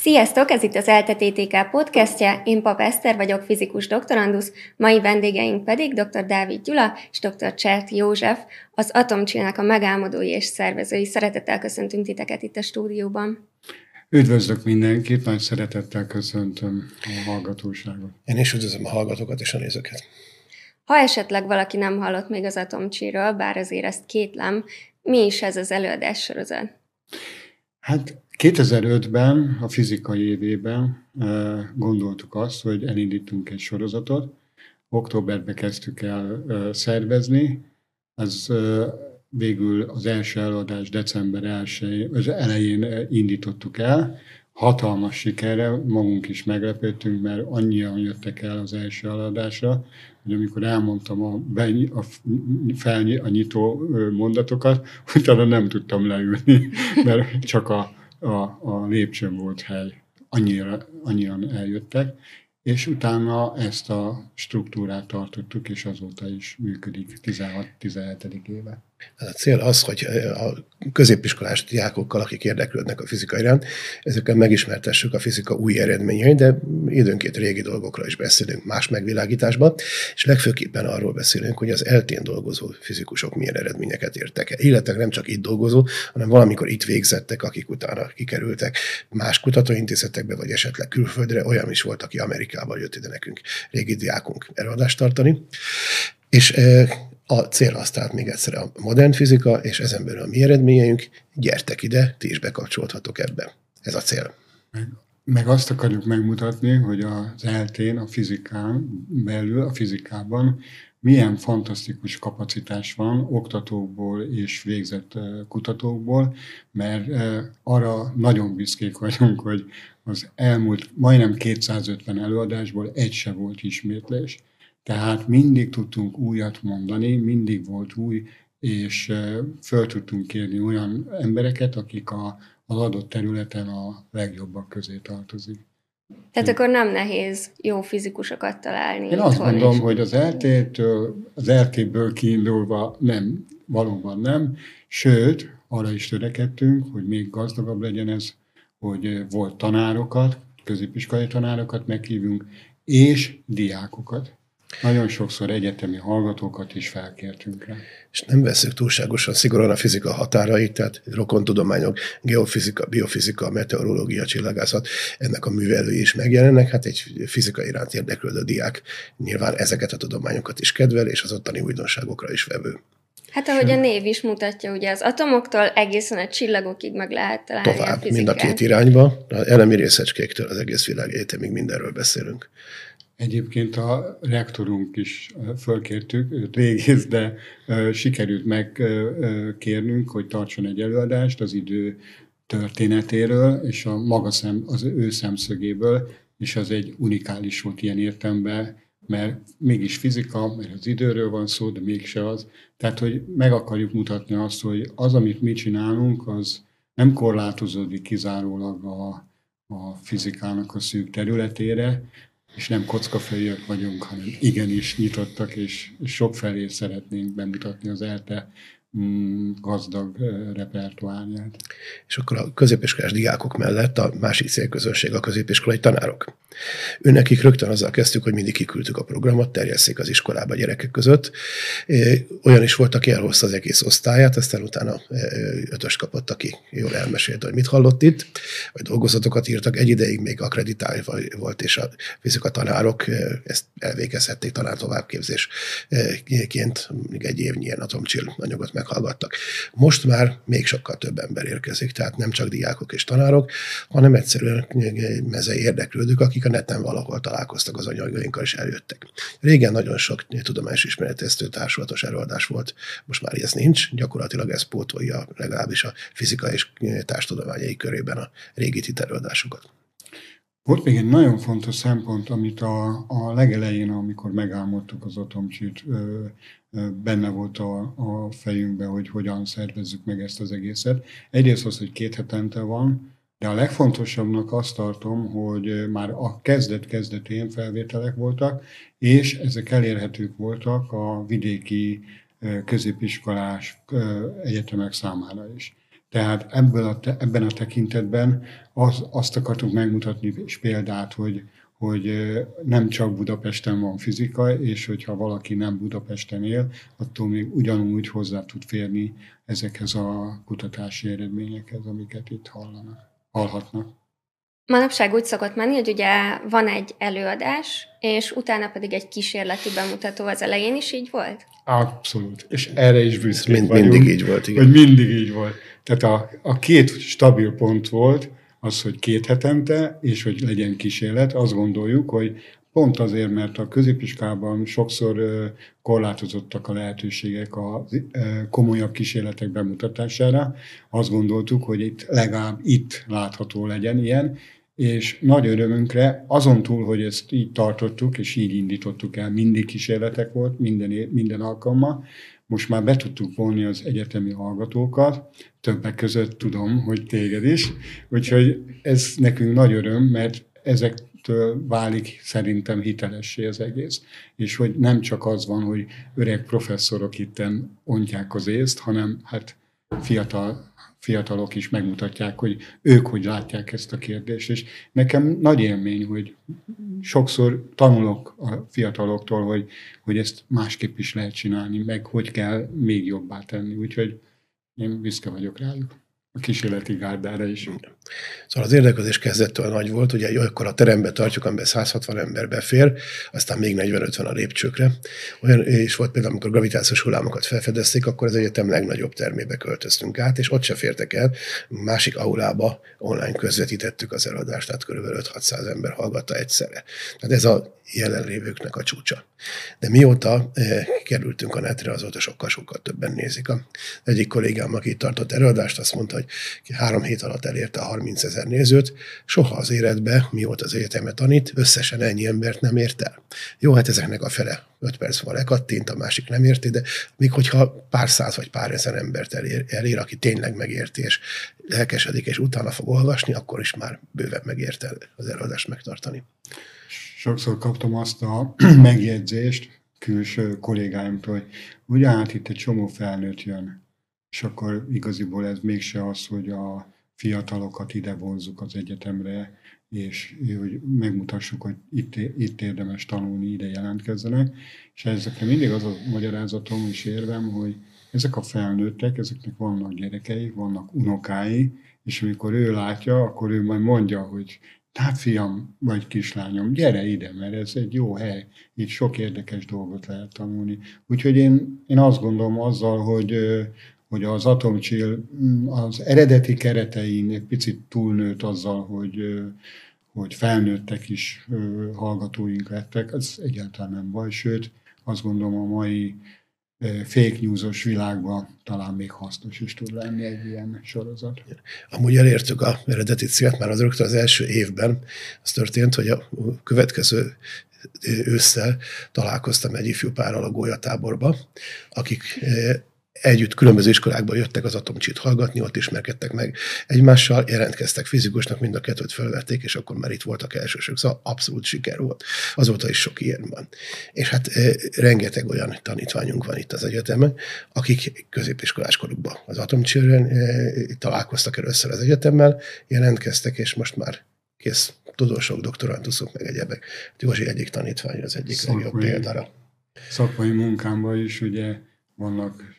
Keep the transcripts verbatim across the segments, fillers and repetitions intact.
Sziasztok! Ez itt az ELTE té té ká podcastje, én Pap Eszter vagyok, fizikus doktorandusz, mai vendégeink pedig dr. Dávid Gyula és dr. Cserti József, az Atomchill-nek a megálmodói és szervezői. Szeretettel köszöntünk titeket itt a stúdióban. Üdvözlök mindenkit, nagy szeretettel köszöntöm a hallgatóságot. Én is üdvözlöm a hallgatókat és a nézőket. Ha esetleg valaki nem hallott még az Atomchill-ről, bár azért ezt kétlem, mi is ez az előadás sorozat? Hát kétezer-ötben, a fizikai évében gondoltuk azt, hogy elindítunk egy sorozatot. Októberben kezdtük el szervezni. Ez végül az első előadás december elsején, az elején indítottuk el. Hatalmas sikerre, magunk is meglepődtünk, mert annyian jöttek el az első előadásra, hogy amikor elmondtam a, a, fel, a nyitó mondatokat, utána nem tudtam leülni, mert csak a, a, a lépcsőn volt hely. Annyira, annyian eljöttek, és utána ezt a struktúrát tartottuk, és azóta is működik tizenhat-tizenhetedik éve. A cél az, hogy a középiskolás diákokkal, akik érdeklődnek a fizika iránt, ezekkel megismertessük a fizika új eredményeit, de időnként régi dolgokra is beszélünk más megvilágításban, és legfőképpen arról beszélünk, hogy az eltén dolgozó fizikusok milyen eredményeket értek el. Illetve nem csak itt dolgozó, hanem valamikor itt végzettek, akik utána kikerültek más kutatóintézetekbe, vagy esetleg külföldre. Olyan is volt, aki Amerikából jött ide nekünk régi diákunk előadást tartani. És a cél az, tehát még egyszer a modern fizika, és ezen belül a mi eredményeink, gyertek ide, ti is bekapcsolhatok ebbe. Ez a cél. Meg, meg azt akarjuk megmutatni, hogy az eltén, a fizikán belül, a fizikában milyen fantasztikus kapacitás van oktatókból és végzett kutatókból, mert arra nagyon büszkék vagyunk, hogy az elmúlt majdnem kétszázötven előadásból egy se volt ismétlés. Tehát mindig tudtunk újat mondani, mindig volt új, és föl tudtunk kérni olyan embereket, akik a, az adott területen a legjobbak közé tartozik. Tehát akkor nem nehéz jó fizikusokat találni. Én azt mondom, is. hogy az eltétől, az eltéből kiindulva nem, valóban nem, sőt, arra is törekedtünk, hogy még gazdagabb legyen ez, hogy volt tanárokat, középiskolai tanárokat meghívjunk, és diákokat. Nagyon sokszor egyetemi hallgatókat is felkértünk rá. És nem veszük túlságosan szigorúan a fizika határait, tehát rokontudományok, geofizika, biofizika, meteorológia, csillagászat, ennek a művelői is megjelennek. Hát egy fizika iránt érdeklődő diák nyilván ezeket a tudományokat is kedvel, és az ottani újdonságokra is vevő. Hát ahogy a név is mutatja, ugye az atomoktól egészen a csillagokig meg lehet találni Tovább, a fizikát. mind a két irányba, az elemi részecskéktől az egész világ egyetemig mindenről beszélünk. Egyébként a rektorunk is fölkértük, őt régész, de sikerült megkérnünk, hogy tartson egy előadást az idő történetéről, és a maga szem, az ő szemszögéből, és az egy unikális volt ilyen értelemben, mert mégis fizika, mert az időről van szó, de mégse az. Tehát, hogy meg akarjuk mutatni azt, hogy az, amit mi csinálunk, az nem korlátozódik kizárólag a, a fizikának a szűk területére, és nem kockafejűek vagyunk, hanem igenis nyitottak, és sokfelé szeretnénk bemutatni az ELTE gazdag repertoárját. És akkor a középiskolás diákok mellett a másik célközönség a középiskolai tanárok. Őnekik rögtön azzal kezdtük, hogy mindig kiküldtük a programot, terjesszék az iskolába a gyerekek között. Olyan is volt, aki elhozta az egész osztályát, aztán utána ötös kapott, aki jól elmesélte, hogy mit hallott itt, vagy dolgozatokat írtak. Egy ideig még akreditálva volt, és a fizika tanárok ezt elvégezhették tanár továbbképzésként, még egy évnyi ilyen Atomchill anyagot meghallgattak. Most már még sokkal több ember érkezik, tehát nem csak diákok és tanárok, hanem egyszerűen mezei érdeklődők, akik a neten valahol találkoztak az anyagainkkal és eljöttek. Régen nagyon sok tudományos ismereteztő társulatos előadás volt, most már ez nincs, gyakorlatilag ez pótolja legalábbis a fizika és társtudományai körében a régi tit előadásokat. Volt még egy nagyon fontos szempont, amit a, a legelején, amikor megálmodtuk az Atomchillt, benne volt a, a fejünkben, hogy hogyan szervezzük meg ezt az egészet. Egyrészt az, hogy két hetente van, de a legfontosabbnak azt tartom, hogy már a kezdet-kezdetén felvételek voltak, és ezek elérhetők voltak a vidéki középiskolás egyetemek számára is. Tehát ebből a te, ebben a tekintetben az, azt akartuk megmutatni és példát, hogy, hogy nem csak Budapesten van fizika, és hogyha valaki nem Budapesten él, attól még ugyanúgy hozzá tud férni ezekhez a kutatási eredményekhez, amiket itt hallanak, hallhatnak. Manapság úgy szokott menni, hogy ugye van egy előadás, és utána pedig egy kísérleti bemutató. Az elején is így volt? Abszolút. És erre is büszkék Mind, vagyunk. Mindig így volt, igen. Hogy mindig így volt. Tehát a, a két stabil pont volt, az, hogy két hetente, és hogy legyen kísérlet. Azt gondoljuk, hogy pont azért, mert a középiskolában sokszor korlátozottak a lehetőségek a komolyabb kísérletek bemutatására. Azt gondoltuk, hogy itt legalább itt látható legyen ilyen, és nagy örömünkre, azon túl, hogy ezt így tartottuk, és így indítottuk el, mindig kísérletek volt, minden, minden alkalommal, most már be tudtuk vonni az egyetemi hallgatókat, többek között tudom, hogy téged is, úgyhogy ez nekünk nagy öröm, mert ezektől válik szerintem hitelessé az egész. És hogy nem csak az van, hogy öreg professzorok itten ontják az észt, hanem hát fiatal fiatalok is megmutatják, hogy ők hogy látják ezt a kérdést. És nekem nagy élmény, hogy sokszor tanulok a fiataloktól, hogy, hogy ezt másképp is lehet csinálni, meg hogy kell még jobbá tenni. Úgyhogy én büszke vagyok rájuk. A kísérleti gárdára is. Szóval az érdeklődés kezdettől nagy volt, ugye olyankor a terembe tartjuk, amiben száz hatvan ember befér, aztán még negyven-ötven a lépcsőkre. Olyan is volt például, amikor gravitációs hullámokat felfedezték, akkor az egyetem legnagyobb termébe költöztünk át, és ott se fértek el. Másik aulába online közvetítettük az előadást, tehát kb. öt-hatszáz ember hallgatta egyszerre. Tehát ez a jelenlévőknek a csúcsa. De mióta eh, kerültünk a netre, azóta sokkal-sokkal többen nézik. Az egyik kollégám, aki tartott előadást, azt mondta, hogy három hét alatt elérte a harmincezer nézőt, soha az életben, mióta az egyetemet tanít, összesen ennyi embert nem ért el. Jó, hát ezeknek a fele öt perc van lekattint, a másik nem érti, de még hogyha pár száz vagy pár ezer embert elér, elér, aki tényleg megérti, és lelkesedik, és utána fog olvasni, akkor is már bőven megérte az előadást megtartani. Sokszor kaptam azt a megjegyzést külső kollégáimtól, hogy ugye hát itt egy csomó felnőtt jön, és akkor igaziból ez mégse az, hogy a fiatalokat ide vonzzuk az egyetemre, és hogy megmutassuk, hogy itt, itt érdemes tanulni, ide jelentkezzenek. És ezekre mindig az a magyarázatom és érvem, hogy ezek a felnőttek, ezeknek vannak gyerekei, vannak unokái, és amikor ő látja, akkor ő majd mondja, hogy hát fiam vagy kislányom, gyere ide, mert ez egy jó hely, itt sok érdekes dolgot lehet tanulni. Úgyhogy én, én azt gondolom azzal, hogy, hogy az Atomchill az eredeti keretein egy picit túlnőtt azzal, hogy, hogy felnőttek is hallgatóink lettek, ez egyáltalán nem baj, sőt, azt gondolom a mai fake news-os világban talán még hasznos is tud lenni egy ilyen sorozat. Amúgy elértük a eredeti célt, már az rögtön az első évben az történt, hogy a következő ősszel találkoztam egy ifjú párral a gólyatáborba, akik együtt különböző iskolákból jöttek az Atomchillt hallgatni, ott ismerkedtek meg egymással, jelentkeztek fizikusnak, mind a kettőt felvették, és akkor már itt voltak elsősök. Szóval abszolút siker volt. Azóta is sok ilyen van. És hát e, rengeteg olyan tanítványunk van itt az egyetemen, akik középiskolás korukban az Atomchillen e, találkoztak először az egyetemmel, jelentkeztek, és most már kész tudósok, doktoranduszok, meg egyebek. Józsi egyik tanítvány az egyik szakmai, legjobb példára. Szakmai munkámban is ugye vannak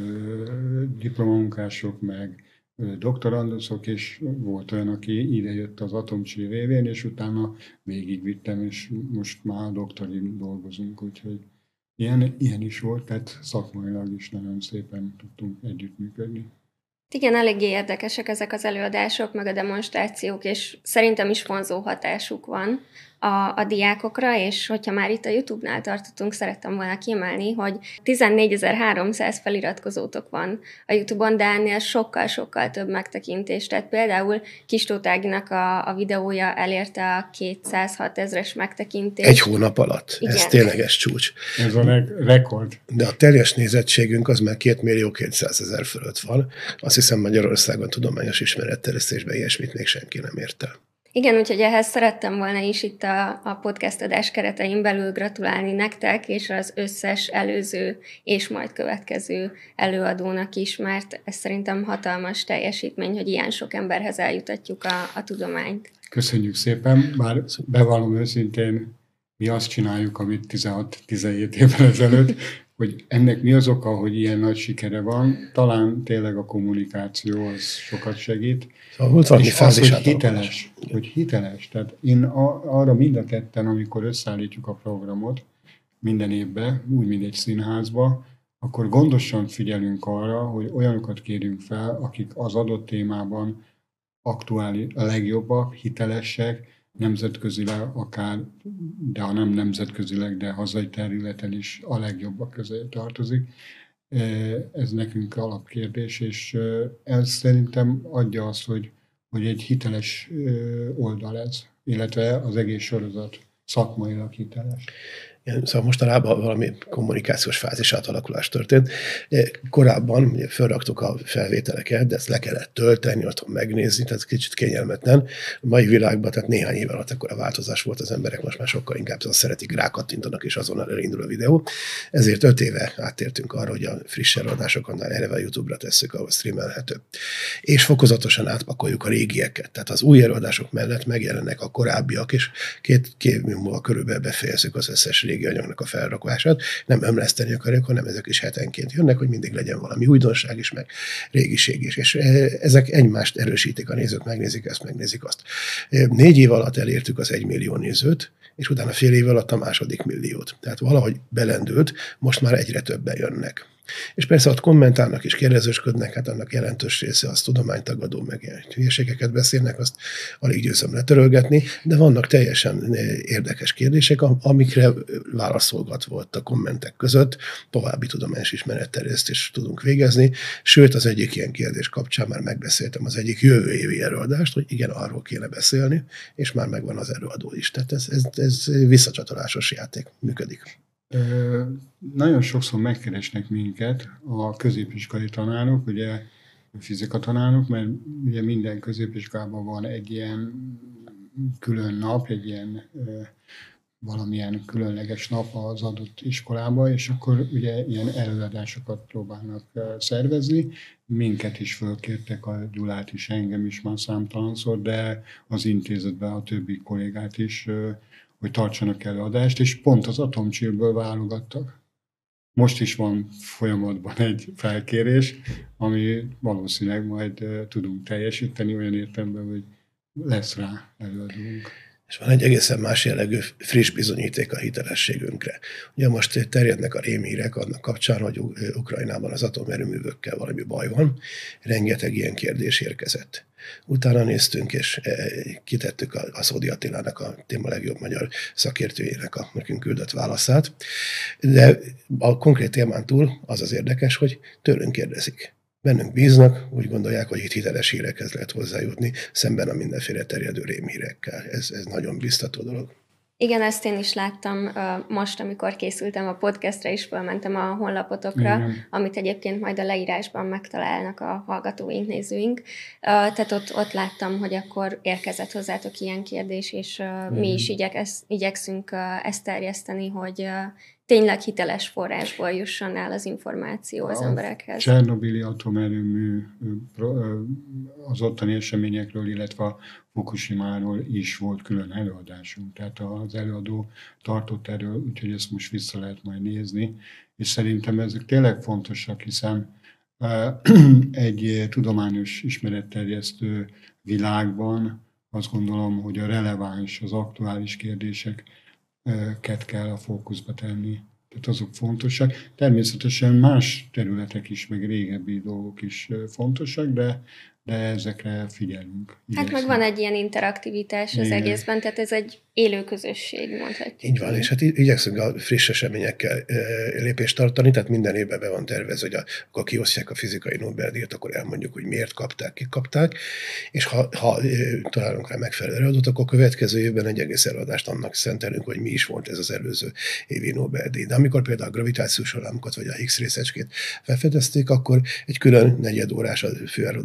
diplomamunkások, meg doktoranduszok, és volt olyan, aki ide jött az Atomchill révén, és utána végigvittem, és most már doktorin dolgozunk, úgyhogy ilyen, ilyen is volt, tehát szakmailag is nagyon szépen tudtunk együttműködni. Igen, eléggé érdekesek ezek az előadások, meg a demonstrációk, és szerintem is vonzó hatásuk van a, a diákokra, és hogyha már itt a YouTube-nál tartottunk, szerettem volna kiemelni, hogy tizennégyezer-háromszáz feliratkozótok van a YouTube-on, de ennél sokkal-sokkal több megtekintést. Tehát például Kis Tóth Áginak a, a videója elérte a kétszázhat ezres megtekintést. Egy hónap alatt. Igen. Ez tényleges csúcs. Ez a rekord. De a teljes nézettségünk az már két millió kétszázezer fölött van. Azt hiszem Magyarországon tudományos ismeretterjesztésben ilyesmit még senki nem ért el. Igen, úgyhogy ehhez szerettem volna is itt a, a podcast adás keretein belül gratulálni nektek, és az összes előző és majd következő előadónak is, mert ez szerintem hatalmas teljesítmény, hogy ilyen sok emberhez eljutatjuk a, a tudományt. Köszönjük szépen, bár bevallom őszintén, mi azt csináljuk, amit tizenhat-tizenhét évvel ezelőtt, hogy ennek mi az oka, hogy ilyen nagy sikere van, talán tényleg a kommunikáció az sokat segít. Szóval és az, hogy hiteles, hogy hiteles. Tehát én a, arra mind a ketten, amikor összeállítjuk a programot minden évben, úgy, mint egy színházba, akkor gondosan figyelünk arra, hogy olyanokat kérünk fel, akik az adott témában aktuális, a legjobbak, hitelesek, nemzetközileg akár, de ha nem nemzetközileg, de hazai területen is a legjobbak közé tartozik. Ez nekünk alapkérdés, és ez szerintem adja azt, hogy, hogy egy hiteles oldal ez, illetve az egész sorozat szakmailag hiteles. Igen, szóval mostanában valami kommunikációs fázis átalakulás történt. Korábban ugye felraktuk a felvételeket, de ezt le kellett tölteni, otthon megnézni, tehát kicsit kényelmetlen. A mai világban, tehát néhány év alatt akkor a változás volt, az emberek most már sokkal inkább azt szeretik, rákattintanak, és azonnal elindul a videó. Ezért öt éve áttértünk arra, hogy a friss előadásokon eleve YouTube-ra tesszük, ahol streamelhető. És fokozatosan átpakoljuk a régieket. Tehát az új előadások mellett megjelennek a korábbiak, és két, két múlva körülbelül befejezzük az összes régi anyagnak a felrakását. Nem ömleszteni akarjuk, hanem ezek is hetenként jönnek, hogy mindig legyen valami újdonság is, meg régiség is. És ezek egymást erősítik, a nézők megnézik ezt, megnézik azt. Négy év alatt elértük az egymillió nézőt, és utána fél év alatt a második milliót. Tehát valahogy belendült, most már egyre többen jönnek. És persze ott kommentálnak és kérdezősködnek, hát annak jelentős része az tudománytagadó, meg hülyeségeket beszélnek, azt alig győzöm letörölgetni, de vannak teljesen érdekes kérdések, amikre válaszolgatva volt a kommentek között, további tudományos ismeretterjesztést tudunk végezni, sőt az egyik ilyen kérdés kapcsán már megbeszéltem az egyik jövő évi előadást, hogy igen, arról kéne beszélni, és már megvan az előadó is. Tehát ez, ez, ez visszacsatolásos játék, működik. Ö, nagyon sokszor megkeresnek minket a középiskolai tanárok, ugye fizikatanárok, mert ugye minden középiskolában van egy ilyen külön nap, egy ilyen ö, valamilyen különleges nap az adott iskolában, és akkor ugye ilyen előadásokat próbálnak szervezni. Minket is fölkértek, a Gyulát is, engem is már számtalanszor, de az intézetben a többi kollégát is, hogy tartsanak előadást, és pont az Atomcsillből válogattak. Most is van folyamatban egy felkérés, ami valószínűleg majd tudunk teljesíteni olyan értelemben, hogy lesz rá előadónk. És van egy egészen más jellegű friss bizonyíték a hitelességünkre. Ugye most terjednek a rémhírek annak kapcsán, hogy Ukrajnában az atomerőművekkel valami baj van. Rengeteg ilyen kérdés érkezett. Utána néztünk, és kitettük a Aszódi Attilának, a téma legjobb magyar szakértőjének a nekünk küldött válaszát. De a konkrét témán túl az az érdekes, hogy tőlünk kérdezik. Bennünk bíznak, úgy gondolják, hogy itt hiteles hírekhez lehet hozzájutni, szemben a mindenféle terjedő rémhírekkel. Ez, ez nagyon biztató dolog. Igen, ezt én is láttam most, amikor készültem a podcastra, is felmentem a honlapotokra, mm. amit egyébként majd a leírásban megtalálnak a hallgatóink, nézőink. Tehát ott, ott láttam, hogy akkor érkezett hozzátok ilyen kérdés, és mm. mi is igyeksz, igyekszünk ezt terjeszteni, hogy tényleg hiteles forrásból jusson el az információ az a emberekhez. Csernobili atomerőmű, az ottani eseményekről, illetve a Fukushimáról is volt külön előadásunk. Tehát az előadó tartott erről, úgyhogy ezt most vissza lehet majd nézni. És szerintem ezek tényleg fontosak, hiszen egy tudományos ismeretterjesztő világban azt gondolom, hogy a releváns, az aktuális kérdéseket kell a fókuszba tenni. Tehát azok fontosak. Természetesen más területek is, meg régebbi dolgok is fontosak, de, de ezekre figyelünk. Hát meg van egy ilyen interaktivitás az Igen. egészben, tehát ez egy élő közösség, mondhatjuk. Így van, és hát igyekszünk a friss eseményekkel lépést tartani, tehát minden évben be van tervezve, hogy akkor kiosztják a fizikai Nobel-díjat, akkor elmondjuk, hogy miért kapták, kik kapták, és ha, ha találunk rá megfelelő előadót, akkor a következő évben egy egész előadást annak szentelünk, hogy mi is volt ez az előző évi Nobel-díj. De amikor például a gravitációs hullámokat vagy a Higgs részecskét felfedezték, akkor egy külön negyed órás a főelőadás előtt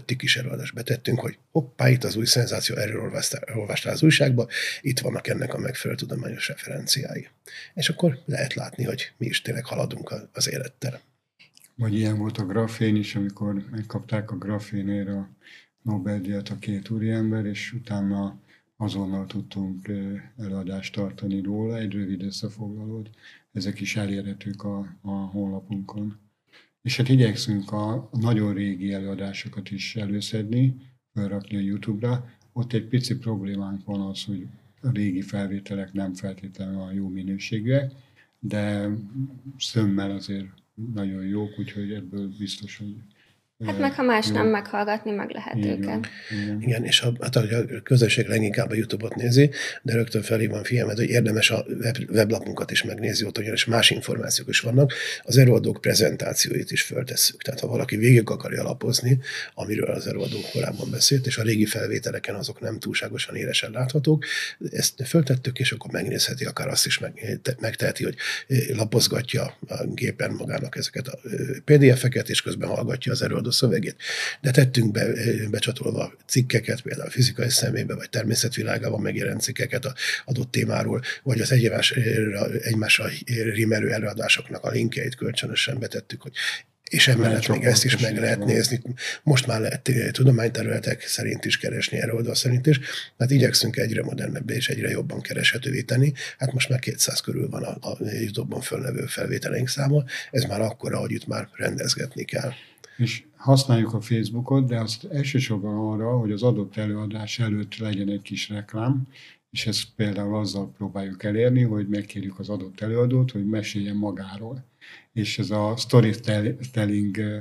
előtti kis előadást betettünk, hogy hoppá, itt az új szenzáció, erről olvastál az újságba, itt vannak ennek a megfelelő tudományos referenciái. És akkor lehet látni, hogy mi is tényleg haladunk az élettel. Vagy ilyen volt a grafén is, amikor megkapták a grafénért a Nobel-díjat a két úriember, és utána azonnal tudtunk előadást tartani róla, egy rövid összefoglalót. Ezek is elérhetők a, a honlapunkon. És hát igyekszünk a nagyon régi előadásokat is előszedni, felrakni a YouTube-ra. Ott egy pici problémánk van az, hogy a régi felvételek nem feltétlenül a jó minőségűek, de szömmel azért nagyon jók, úgyhogy ebből biztos, hogy hát meg ha más jó. Nem meghallgatni, meg lehet igen, őket. Igen, igen és a, hát a közösség leginkább a YouTube-ot nézi, de rögtön felhívom figyelmet, hogy érdemes a web, weblapunkat is megnézni, ott ugyanis más információk is vannak. Az előadók prezentációit is föltesszük. Tehát ha valaki végig akarja alapozni, amiről az előadók korábban beszélt, és a régi felvételeken azok nem túlságosan élesen láthatók, ezt föltettük, és akkor megnézheti, akár azt is meg, megteheti, hogy lapozgatja a gépen magának ezeket a pé dé ef-eket, és közben hallgatja az előadó a szövegét. De tettünk be, becsatolva cikkeket, például a fizikai szemébe, vagy természetvilágában megjelent cikkeket az adott témáról, vagy az egymásra, egymásra rímelő előadásoknak a linkjeit kölcsönösen betettük, hogy és emellett még ezt is meg lehet nézni. Most már lehet tudományterületek szerint is keresni, erre oldal szerint is. Hát igyekszünk egyre modernebb és egyre jobban kereshetővé tenni. Hát most már kétszáz körül van a, a YouTube-on fölnevő felvételeink száma. Ez már akkora, hogy itt már rendezgetni kell. És használjuk a Facebookot, de azt elsősorban arra, hogy az adott előadás előtt legyen egy kis reklám, és ezt például azzal próbáljuk elérni, hogy megkérjük az adott előadót, hogy meséljen magáról. És ez a storytelling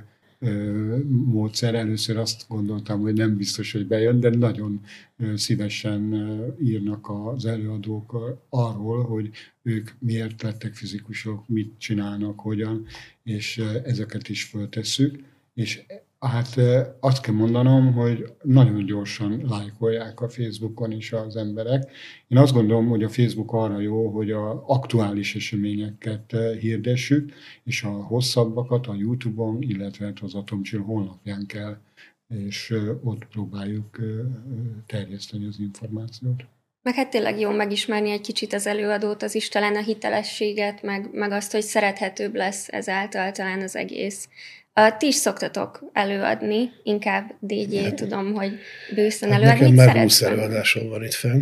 módszer, először azt gondoltam, hogy nem biztos, hogy bejön, de nagyon szívesen írnak az előadók arról, hogy ők miért lettek fizikusok, mit csinálnak, hogyan, és ezeket is föltesszük. És hát azt kell mondanom, hogy nagyon gyorsan lájkolják a Facebookon is az emberek. Én azt gondolom, hogy a Facebook arra jó, hogy az aktuális eseményeket hirdessük, és a hosszabbakat a YouTube-on, illetve az Atomcsill honlapján kell, és ott próbáljuk terjeszteni az információt. Meg hát tényleg jó megismerni egy kicsit az előadót, az is talán a hitelességet, meg, meg azt, hogy szerethetőbb lesz ezáltal talán az egész. A, ti is szoktatok előadni, inkább dé jé, tudom, hogy bőszen hát előadni. Nekem már húsz előadásom van itt fenn.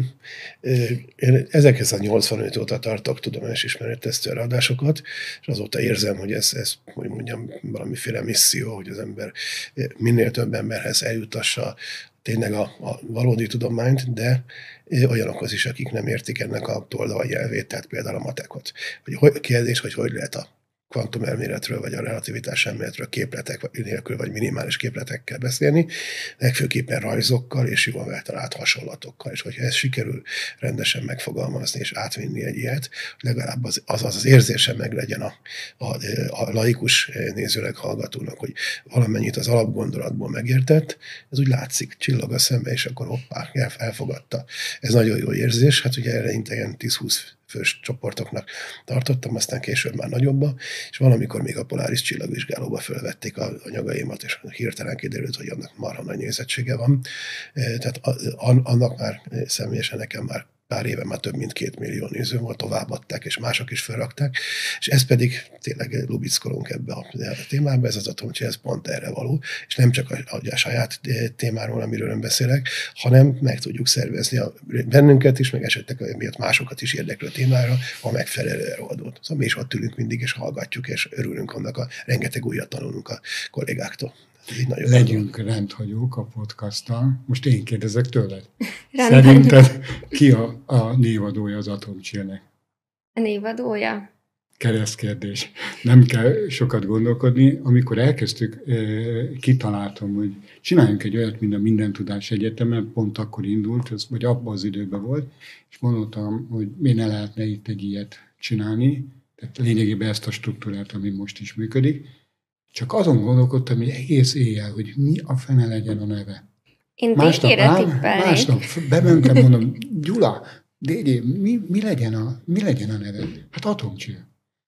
Én ezerkilencszáznyolcvanöt óta tartok tudományos ismeretterjesztő előadásokat, és azóta érzem, hogy ez, ez hogy mondjam, valamiféle misszió, hogy az ember minél több emberhez eljutassa tényleg a, a valódi tudományt, de olyanokhoz is, akik nem értik ennek a toldalai nyelvét, tehát például a matekot. Hogy kérdés, hogy hogy lehet a kvantumelméletről, vagy a relativitás elméletről képletek nélkül, vagy minimális képletekkel beszélni, legfőképpen rajzokkal és jól eltalált hasonlatokkal. És hogyha ez sikerül rendesen megfogalmazni és átvinni egy ilyet, legalább az az, az érzése meg legyen a, a, a laikus nézőleg hallgatónak, hogy valamennyit az alapgondolatból megértett, ez úgy látszik, csillog a szembe, és akkor hoppá, elfogadta. Ez nagyon jó érzés, hát ugye eleinte ilyen tíz-húsz fős csoportoknak tartottam, aztán később már nagyobba, és valamikor még a Polaris csillagvizsgálóba fölvették a anyagaimat, és hirtelen kiderült, hogy annak marha nagy nézettsége van. Tehát annak már személyesen nekem már pár éve már több mint két millió néző volt, továbbadták, és mások is felrakták, és ez pedig tényleg lubickolunk ebbe a témába, ez az Atomcsill, ez pont erre való, és nem csak a, a saját témáról, amiről ön beszélek, hanem meg tudjuk szervezni a bennünket is, meg esetleg miatt másokat is érdeklő témára a megfelelő előadót. Szóval mi is ott ülünk mindig, és hallgatjuk, és örülünk annak, a rengeteg újat tanulunk a kollégáktól. Legyünk rendhagyók a podcasttal. Most én kérdezek tőled. Szerinted ki a, a névadója az Atomcsillnek? A névadója? Keresztkérdés. Nem kell sokat gondolkodni. Amikor elkezdtük, kitaláltam, hogy csináljunk egy olyat, mint a Mindentudás Egyetemen, pont akkor indult, ez, vagy abban az időben volt, és gondoltam, hogy miért ne lehetne itt egy ilyet csinálni, tehát lényegében ezt a struktúrát, ami most is működik. Csak azon gondolkodtam, hogy egész éjjel, hogy mi a fene legyen a neve. Én másnap, á, másnap bementem, mondom, Gyula, dé jé, mi, mi, legyen a, mi legyen a neve? Hát Atomcsill.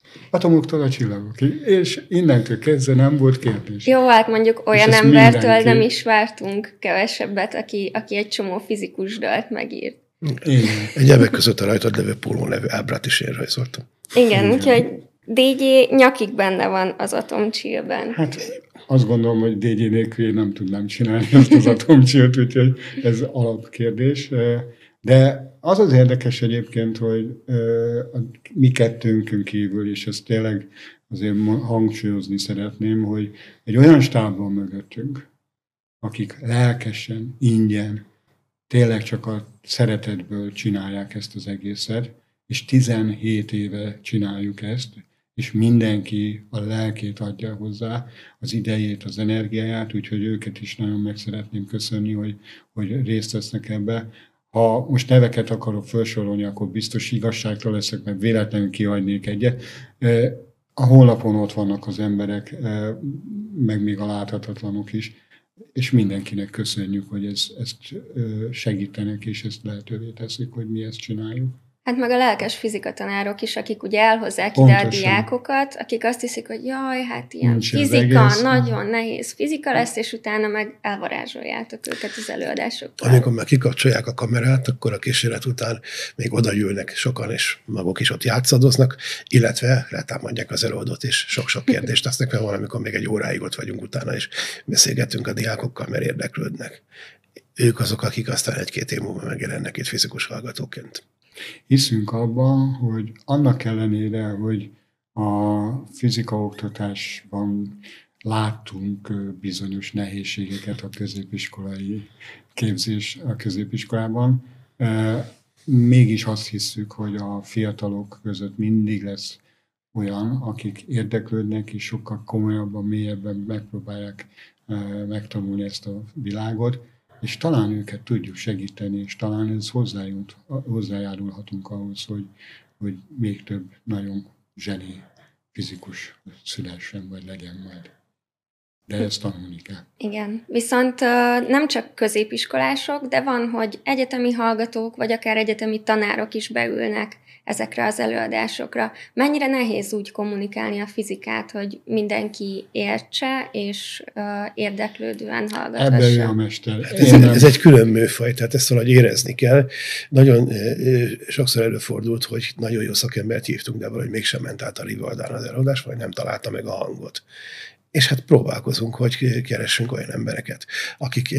Atomoktól a csillagokig, és innentől kezdve nem volt kérdés. Jó, hát mondjuk olyan ezt embertől mindenki- nem is vártunk kevesebbet, aki, aki egy csomó fizikus dalt megírt. Igen. Egy ebek között a rajtad levő pólón levő ábrát is én rajzoltam. Igen, Igen. úgyhogy dé dzsé nyakig benne van az atomcsillben. Hát azt gondolom, hogy dé dzsé nélkül én nem tudnám csinálni ezt az atomcsillt, úgyhogy ez alapkérdés. De az az érdekes egyébként, hogy a mi kettőnkön kívül, és ezt tényleg azért hangsúlyozni szeretném, hogy egy olyan stáb van mögöttünk, akik lelkesen, ingyen, tényleg csak a szeretetből csinálják ezt az egészet, és tizenhét éve csináljuk ezt, és mindenki a lelkét adja hozzá, az idejét, az energiáját, úgyhogy őket is nagyon meg szeretném köszönni, hogy, hogy részt vesznek ebbe. Ha most neveket akarok felsorolni, akkor biztos igazságtalan leszek, mert véletlenül kihagynék egyet. A honlapon ott vannak az emberek, meg még a láthatatlanok is, és mindenkinek köszönjük, hogy ez, ezt segítenek, és ezt lehetővé teszik, hogy mi ezt csináljuk. Hát meg a lelkes fizikatanárok is, akik ugye elhozzák Pontosan. ide a diákokat, akik azt hiszik, hogy jaj, hát ilyen Nincs ez fizika, egész. nagyon nehéz fizika lesz, és utána meg elvarázsoljátok őket az előadásokkal. Amikor már kikapcsolják a kamerát, akkor a kísérlet után még oda jönnek sokan, és maguk is ott játszadoznak, illetve letámadják az előadót, és sok-sok kérdést tesznek fel, valamikor még egy óráig ott vagyunk utána, és beszélgetünk a diákokkal, mert érdeklődnek. Ők azok, akik aztán egy-két év múlva megjelennek itt fizikus hallgatóként. Hiszünk abban, hogy annak ellenére, hogy a fizikaoktatásban láttunk bizonyos nehézségeket a középiskolai képzés a középiskolában, mégis azt hiszük, hogy a fiatalok között mindig lesz olyan, akik érdeklődnek, és sokkal komolyabban, mélyebben megpróbálják megtanulni ezt a világot, és talán őket tudjuk segíteni, és talán ez hozzájárulhatunk ahhoz, hogy, hogy még több nagyon zseni fizikus szülessen, vagy legyen majd. De ezt tanulni kell. Igen, viszont nem csak középiskolások, de van, hogy egyetemi hallgatók, vagy akár egyetemi tanárok is beülnek ezekre az előadásokra. Mennyire nehéz úgy kommunikálni a fizikát, hogy mindenki értse, és érdeklődően hallgathassa? Ebben ő a mester. Hát ez, ez egy külön műfaj, tehát ezt valahogy érezni kell. Nagyon sokszor előfordult, hogy nagyon jó szakembert hívtunk, de valahogy mégsem ment át a rivaldán az előadás, vagy nem találta meg a hangot. És hát próbálkozunk, hogy keressünk olyan embereket, akik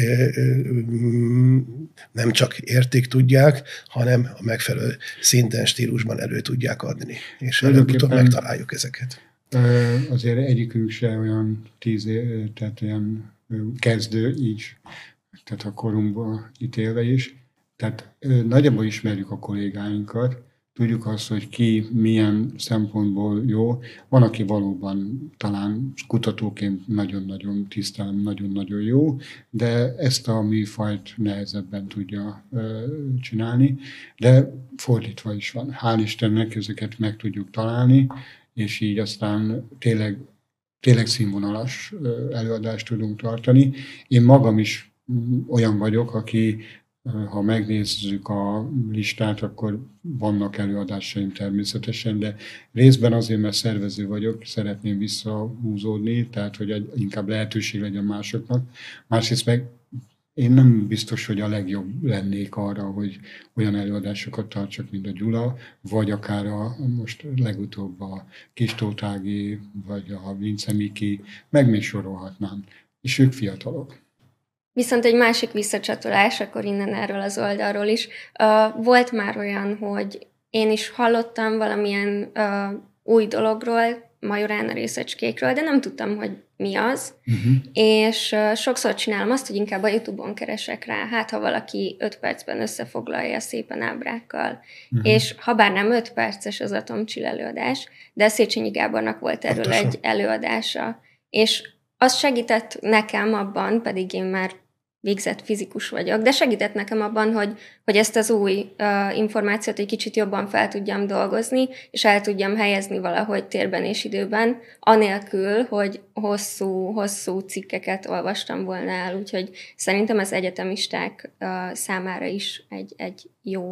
nem csak érték tudják, hanem a megfelelő szinten, stílusban elő tudják adni. És előbb-utóbb megtaláljuk ezeket. Azért egyikünk se olyan tíz év, tehát olyan kezdő így, tehát a korunkba ítélve is. Tehát nagyjából ismerjük a kollégáinkat, tudjuk azt, hogy ki milyen szempontból jó. Van, aki valóban talán kutatóként nagyon-nagyon tisztán, nagyon-nagyon jó, de ezt a műfajt nehezebben tudja ö, csinálni. De fordítva is van. Hál' Istennek ezeket meg tudjuk találni, és így aztán tényleg, tényleg színvonalas előadást tudunk tartani. Én magam is olyan vagyok, aki ha megnézzük a listát, akkor vannak előadásaim természetesen, de részben azért, mert szervező vagyok, szeretném visszahúzódni, tehát hogy inkább lehetőség legyen másoknak. Másrészt meg én nem biztos, hogy a legjobb lennék arra, hogy olyan előadásokat tartsak, mint a Gyula, vagy akár a, most legutóbb a Kistótági, vagy a Vince Miki, meg még sorolhatnám. És ők fiatalok. Viszont egy másik visszacsatolás, akkor innen erről az oldalról is. Uh, volt már olyan, hogy én is hallottam valamilyen uh, új dologról, Majorán a részecskékről, de nem tudtam, hogy mi az. Uh-huh. És uh, sokszor csinálom azt, hogy inkább a YouTube-on keresek rá, hát ha valaki öt percben összefoglalja szépen ábrákkal. Uh-huh. És ha bár nem öt perces az atomcsill előadás, de a Széchenyi Gábornak volt erről Pontosan. egy előadása. És az segített nekem abban, pedig én már végzett fizikus vagyok, de segített nekem abban, hogy, hogy ezt az új uh, információt egy kicsit jobban fel tudjam dolgozni, és el tudjam helyezni valahogy térben és időben, anélkül, hogy hosszú, hosszú cikkeket olvastam volna el, úgyhogy szerintem az egyetemisták uh, számára is egy, egy jó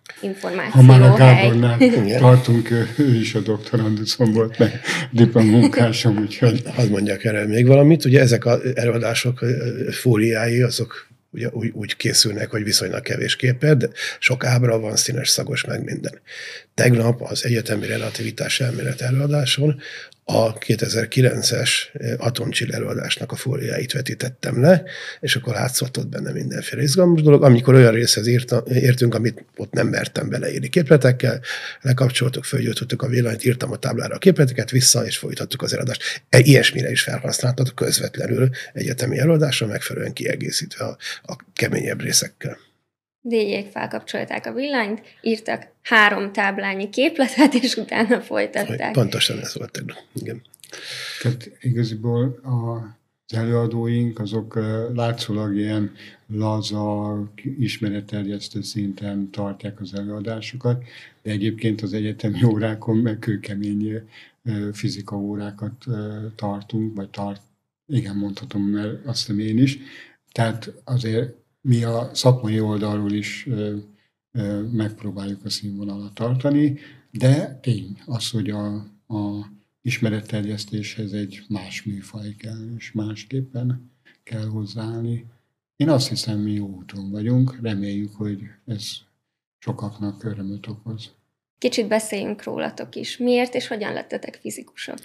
információ. Ha már a Gábornál tartunk, ő is a doktoranduszon volt, meg diplomunkásom, úgyhogy... Hadd mondjak erre még valamit. Ugye ezek az előadások fóliái, azok ugye úgy, úgy készülnek, hogy viszonylag kevés képet, de sok ábra van, színes, szagos, meg minden. Tegnap az egyetemi relativitás elmélet előadáson a kétezer-kilences atomcsill előadásnak a fóliáit vetítettem le, és akkor látszott ott benne mindenféle izgalmas dolog. Amikor olyan részhez írta, értünk, amit ott nem mertem beleírni képletekkel, lekapcsoltuk, fölgyújtottuk a villanyt, írtam a táblára a képleteket, vissza, és folytattuk az előadást. E, ilyesmire is felhasználtad közvetlenül egyetemi előadásra, megfelelően kiegészítve a, a keményebb részekkel. Déjék felkapcsolták a villanyt, írtak három táblányi képletet, és utána folytatták. Pontosan ez volt tegnap. Igen. Tehát igaziból az előadóink, azok látszólag ilyen laza, ismeretterjesztő szinten tartják az előadásokat, de egyébként az egyetemi órákon meg kőkemény fizika órákat tartunk, vagy tart, igen, mondhatom, mert azt hiszem én is. Tehát azért mi a szakmai oldalról is ö, ö, megpróbáljuk a színvonalat tartani, de tény az, hogy a, a ismeretterjesztéshez egy más műfaj kell, és másképpen kell hozzáállni. Én azt hiszem, mi jó úton vagyunk, reméljük, hogy ez sokaknak örömöt okoz. Kicsit beszéljünk rólatok is. Miért és hogyan lettetek fizikusok?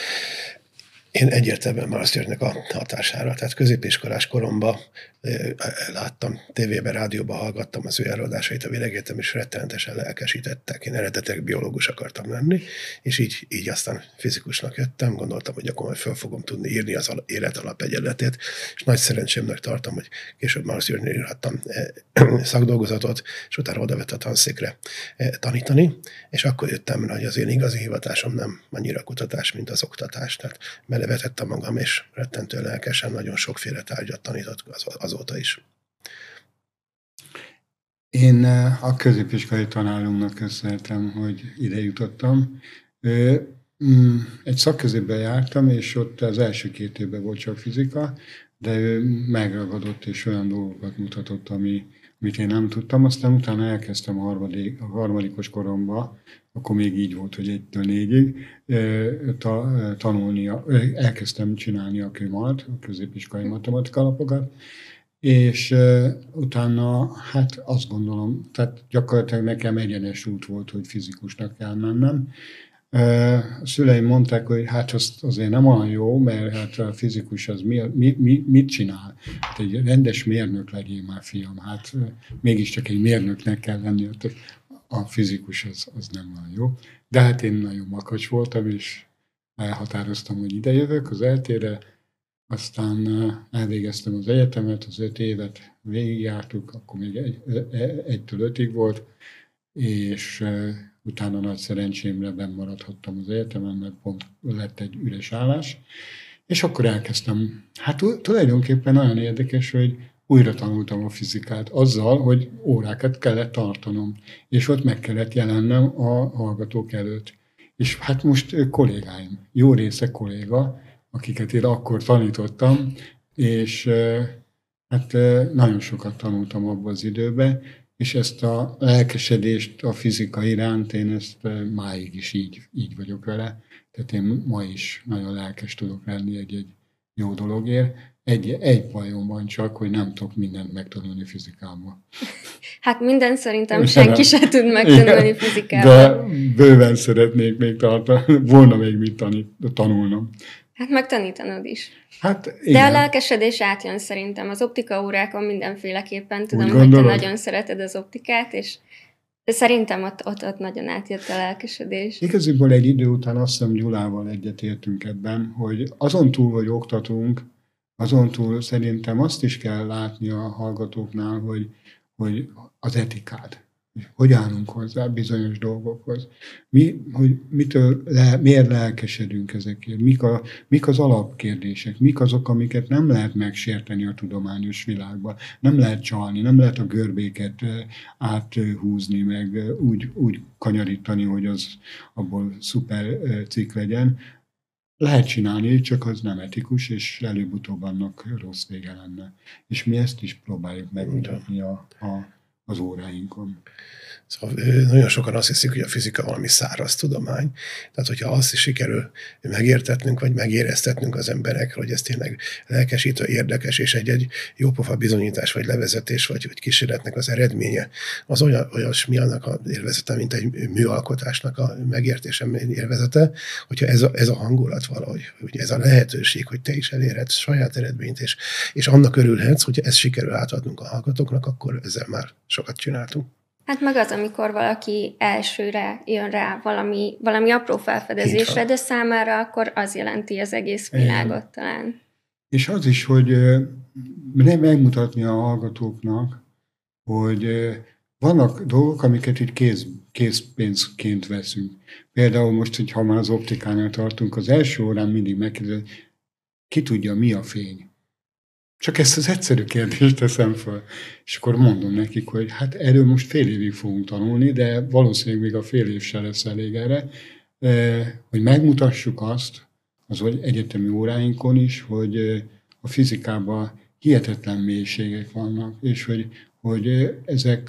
Én egyértelműen Marciusnak a hatására, tehát középiskolás koromban láttam, tévében, rádióban hallgattam az ő előadásait a világegyetem, és rettenetesen lelkesítettek. Én eredetileg biológus akartam lenni, és így, így aztán fizikusnak jöttem, gondoltam, hogy akkor majd föl fogom tudni írni az élet alapegyenletét, és nagy szerencsémnek tartom, hogy később Marciusnél írhattam szakdolgozatot, és utána oda vett a tanszékre tanítani, és akkor jöttem rá, hogy az én igazi hivatásom nem annyira kutatás, mint az oktatás. Tehát belevetettem magam, és rettentően lelkesen nagyon sokféle tárgyat tanított az, azóta is. Én a középiskolai tanárunknak köszönhetem, hogy ide jutottam. Egy szakközépben jártam, és ott az első két évben volt csak fizika, de ő megragadott, és olyan dolgokat mutatott, ami, amit én nem tudtam. Aztán utána elkezdtem a, harmadik, a harmadikos koromban, akkor még így volt, hogy egytől négyig ta, tanulni, elkezdtem csinálni a kőmalt, a középiskolai matematika alapokat, és uh, utána, hát azt gondolom, tehát gyakorlatilag nekem egyenes út volt, hogy fizikusnak kell mennem. Uh, a szüleim mondták, hogy hát azt azért nem olyan jó, mert hát a fizikus az mi, mi, mi, mit csinál? Hát egy rendes mérnök legyél már, fiam, hát uh, mégiscsak egy mérnöknek kell lenni, a fizikus az, az nem olyan jó. De hát én nagyon makacs voltam, és elhatároztam, hogy ide jövök az eltére. Aztán elvégeztem az egyetemet, az öt évet végigjártuk, akkor még egy, egytől ötig volt, és utána nagy szerencsémre benn maradhattam az egyetemen, mert pont lett egy üres állás. És akkor elkezdtem. Hát tulajdonképpen nagyon érdekes, hogy újra tanultam a fizikát azzal, hogy órákat kellett tartanom, és ott meg kellett jelennem a hallgatók előtt. És hát most kollégáim, jó része kolléga, akiket én akkor tanítottam, és hát nagyon sokat tanultam abban az időben, és ezt a lelkesedést a fizika iránt, én ezt máig is így, így vagyok vele. Tehát én ma is nagyon lelkes tudok lenni egy-egy jó dologért. Egy, egy bajom van csak, hogy nem tudok mindent megtanulni fizikában. Hát minden szerintem senki sem tud megtanulni fizikában. De bőven szeretnék még tartani, volna még mit tanít, tanulnom. Hát megtanítanod is. Hát, de a lelkesedés átjön szerintem. Az optika órákon mindenféleképpen tudom, hogy te nagyon szereted az optikát, és szerintem ott, ott, ott nagyon átjött a lelkesedés. Igaziból egy idő után azt hiszem Gyulával egyetértünk ebben, hogy azon túl, hogy oktatunk, azon túl szerintem azt is kell látni a hallgatóknál, hogy, hogy az etikát. Hogy állunk hozzá bizonyos dolgokhoz. Mi, hogy mitől le, miért lelkesedünk ezekért? Mik, a, mik az alapkérdések? Mik azok, amiket nem lehet megsérteni a tudományos világban? Nem lehet csalni, nem lehet a görbéket áthúzni, meg úgy, úgy kanyarítani, hogy az abból szuper cikk legyen. Lehet csinálni, csak az nem etikus, és előbb-utóbb annak rossz vége lenne. És mi ezt is próbáljuk megmutatni a, a az óráinkon. Szóval nagyon sokan azt hiszik, hogy a fizika valami száraz tudomány. Tehát, hogyha azt is sikerül megértetnünk, vagy megéreztetnünk az emberekre, hogy ez tényleg lelkesítő, érdekes, és egy-egy jópofa bizonyítás, vagy levezetés, vagy, vagy kísérletnek az eredménye, az olyan, olyasmi annak az élvezete, mint egy műalkotásnak a megértése élvezete, hogyha ez a, ez a hangulat valahogy, hogy ez a lehetőség, hogy te is elérhetsz saját eredményt, és, és annak örülhetsz, hogyha ezt sikerül átadnunk a hallgatóknak, akkor ezzel már sokat csináltunk. Hát meg az, amikor valaki elsőre jön rá valami, valami apró felfedezésre, de számára akkor az jelenti az egész világot talán. És az is, hogy nem megmutatni a hallgatóknak, hogy vannak dolgok, amiket itt kész, készpénzként veszünk. Például most, hogy ha már az optikánál tartunk, az első órán mindig megkérdezi, ki tudja, mi a fény. Csak ezt az egyszerű kérdést teszem fel. És akkor mondom nekik, hogy hát erről most fél évig fogunk tanulni, de valószínűleg még a fél év se lesz elég erre, hogy megmutassuk azt, az hogy egyetemi óráinkon is, hogy a fizikában hihetetlen mélységek vannak, és hogy, hogy ezek,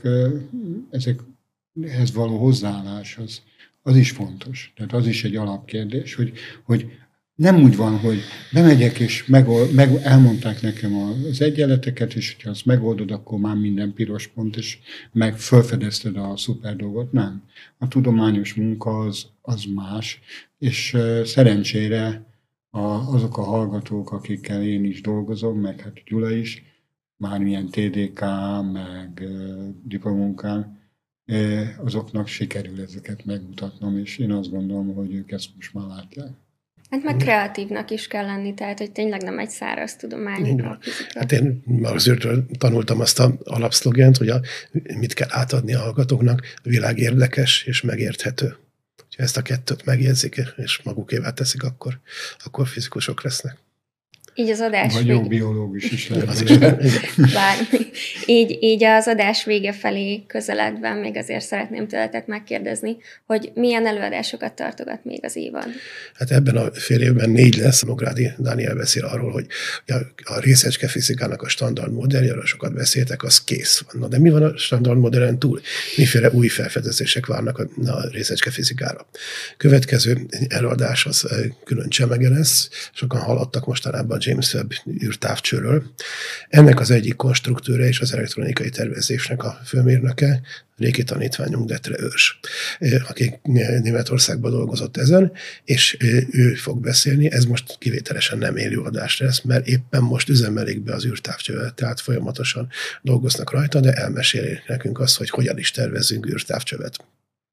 ezekhez való hozzáállás az, az is fontos. Tehát az is egy alapkérdés, hogy, hogy nem úgy van, hogy bemegyek, és megold, meg, elmondták nekem az egyenleteket, és ha azt megoldod, akkor már minden piros pont, és meg felfedezted a szuper dolgot. Nem. A tudományos munka az, az más, és uh, szerencsére a, azok a hallgatók, akikkel én is dolgozom, meg hát Gyula is, mármilyen té dé ká, meg uh, diplomunkán, uh, azoknak sikerül ezeket megmutatnom, és én azt gondolom, hogy ők ezt most már látják. Hát meg kreatívnak is kell lenni, tehát hogy tényleg nem egy száraz tudomány a fizika. Hát én azért tanultam azt az alapszlogent, hogy a, mit kell átadni a hallgatóknak, a világ érdekes és megérthető. Ha ezt a kettőt megjegyzik, és magukévá teszik, akkor, akkor fizikusok lesznek. Így az adás Vagy vége... jó biológus is lehet. Bármi. Így, így az adás vége felé közeledve még azért szeretném tőletek megkérdezni, hogy milyen előadásokat tartogat még az évad? Hát ebben a fél évben négy lesz. Nógrádi Dániel beszél arról, hogy a részecske fizikának a standard modelljáról sokat beszéltek, az kész van. Na, de mi van a standard modellen túl? Miféle új felfedezések várnak a részecske fizikára? Következő előadás az külön csemege lesz. Sokan hallottak mostanában James Webb űrtávcsőről. Ennek az egyik konstruktőre és az elektronikai tervezésnek a főmérnöke, régi tanítványunk Detre Őrs, aki Németországban dolgozott ezen, és ő fog beszélni. Ez most kivételesen nem élő adás lesz, mert éppen most üzemelik be az űrtávcsövet, tehát folyamatosan dolgoznak rajta, de elmeséli nekünk azt, hogy hogyan is tervezzünk űrtávcsövet.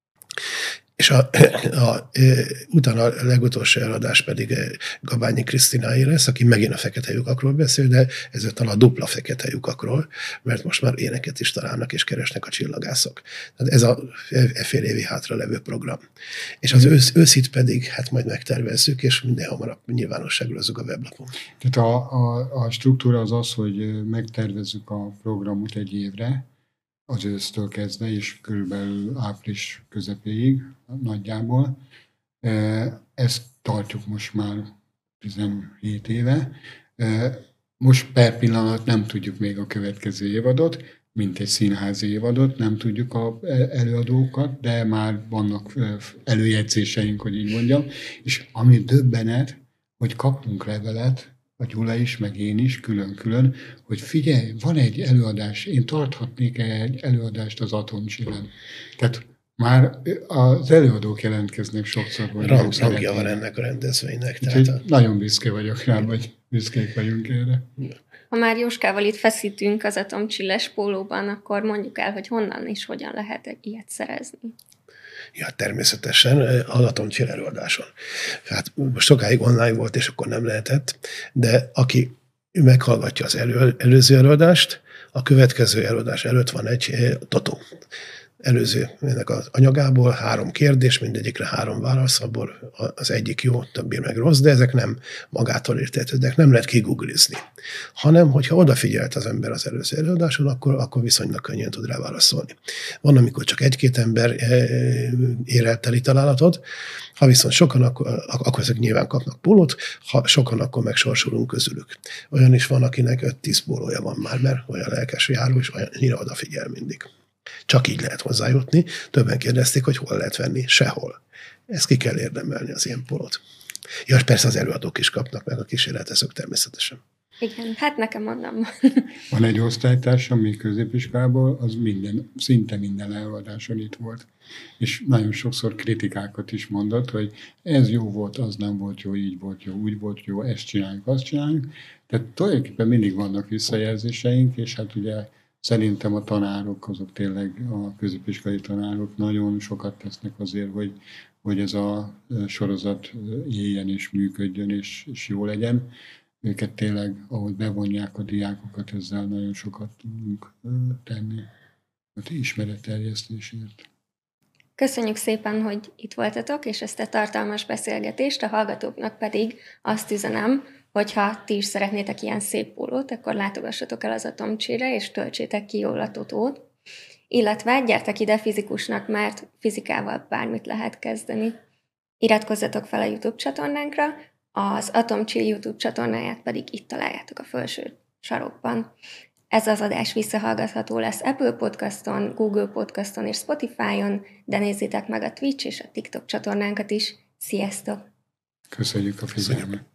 És a, a, a, utána a legutolsó eladás pedig Gabányi Krisztináé lesz, aki megint a fekete lyukakról beszél, de ezzel a dupla fekete lyukakról, mert most már éneket is találnak és keresnek a csillagászok. Tehát ez a e fél évi hátra levő program. És az ősz, őszit pedig hát majd megtervezzük, és minden hamarabb nyilvánosságra hozzuk a weblapon. Tehát a, a, a struktúra az az, hogy megtervezzük a programot egy évre, az ősztől kezdve, és körülbelül április közepéig nagyjából. Ezt tartjuk most már tizenhét éve. Most per pillanat nem tudjuk még a következő évadot, mint egy színházi évadot, nem tudjuk az előadókat, de már vannak előjegyzéseink, hogy így mondjam. És ami döbbenet, hogy kaptunk levelet, a Gyula is, meg én is, külön-külön, hogy figyelj, van egy előadás, én tarthatnék egy előadást az Atomcsillen. Tehát már az előadók jelentkeznek sokszor, hogy Rang, rangja van ennek a rendezvénynek. Tehát a... Nagyon büszke vagyok rá, vagy büszkék vagyunk erre. Ha már Jóskával itt feszítünk az Atomcsilles pólóban, akkor mondjuk el, hogy honnan és hogyan lehet ilyet szerezni. Ja, természetesen az Atomcsill előadáson. Hát most sokáig online volt, és akkor nem lehetett, de aki meghallgatja az elő, előző előadást, a következő előadás előtt van egy totó. Előző ennek az anyagából három kérdés, mindegyikre három válasz, abból az egyik jó, többi meg rossz, de ezek nem magától értetődnek, nem lehet kiguglizni. Hanem, hogyha odafigyelt az ember az előző előadáson, akkor, akkor viszonylag könnyen tud rá válaszolni. Van, amikor csak egy-két ember ér el teli találatot, ha viszont sokan, akkor, akkor ezek nyilván kapnak pólót, ha sokan, akkor megsorsolunk közülük. Olyan is van, akinek öt-tíz pólója van már, mert olyan lelkes járó, és olyannyira odafigyel mindig. Csak így lehet hozzájutni. Többen kérdezték, hogy hol lehet venni. Sehol. Ezt ki kell érdemelni, az ilyen polót. Ja, és persze az előadók is kapnak meg, a kísérletezők természetesen. Igen, hát nekem onnan van. Van egy osztálytársam még középiskolából, az minden, szinte minden előadáson itt volt. És nagyon sokszor kritikákat is mondott, hogy ez jó volt, az nem volt jó, így volt jó, úgy volt jó, ezt csináljuk, azt csináljuk. Tehát tulajdonképpen mindig vannak visszajelzéseink, és hát ugye szerintem a tanárok, azok tényleg a középiskolai tanárok nagyon sokat tesznek azért, hogy, hogy ez a sorozat éljen és működjön és, és jó legyen. Őket tényleg, ahogy bevonják a diákokat, ezzel nagyon sokat tudunk tenni az ismeretterjesztésért. Köszönjük szépen, hogy itt voltatok, és ezt a tartalmas beszélgetést, a hallgatóknak pedig azt üzenem, hogyha ti is szeretnétek ilyen szép pólót, akkor látogassatok el az Atomcsire, és töltsétek ki jól a totót. Illetve gyertek ide fizikusnak, mert fizikával bármit lehet kezdeni. Iratkozzatok fel a YouTube csatornánkra, az Atomcsill YouTube csatornáját pedig itt találjátok a felső sarokban. Ez az adás visszahallgatható lesz Apple Podcaston, Google Podcaston és Spotify-on, de nézzétek meg a Twitch és a TikTok csatornánkat is. Sziasztok! Köszönjük a figyelmet!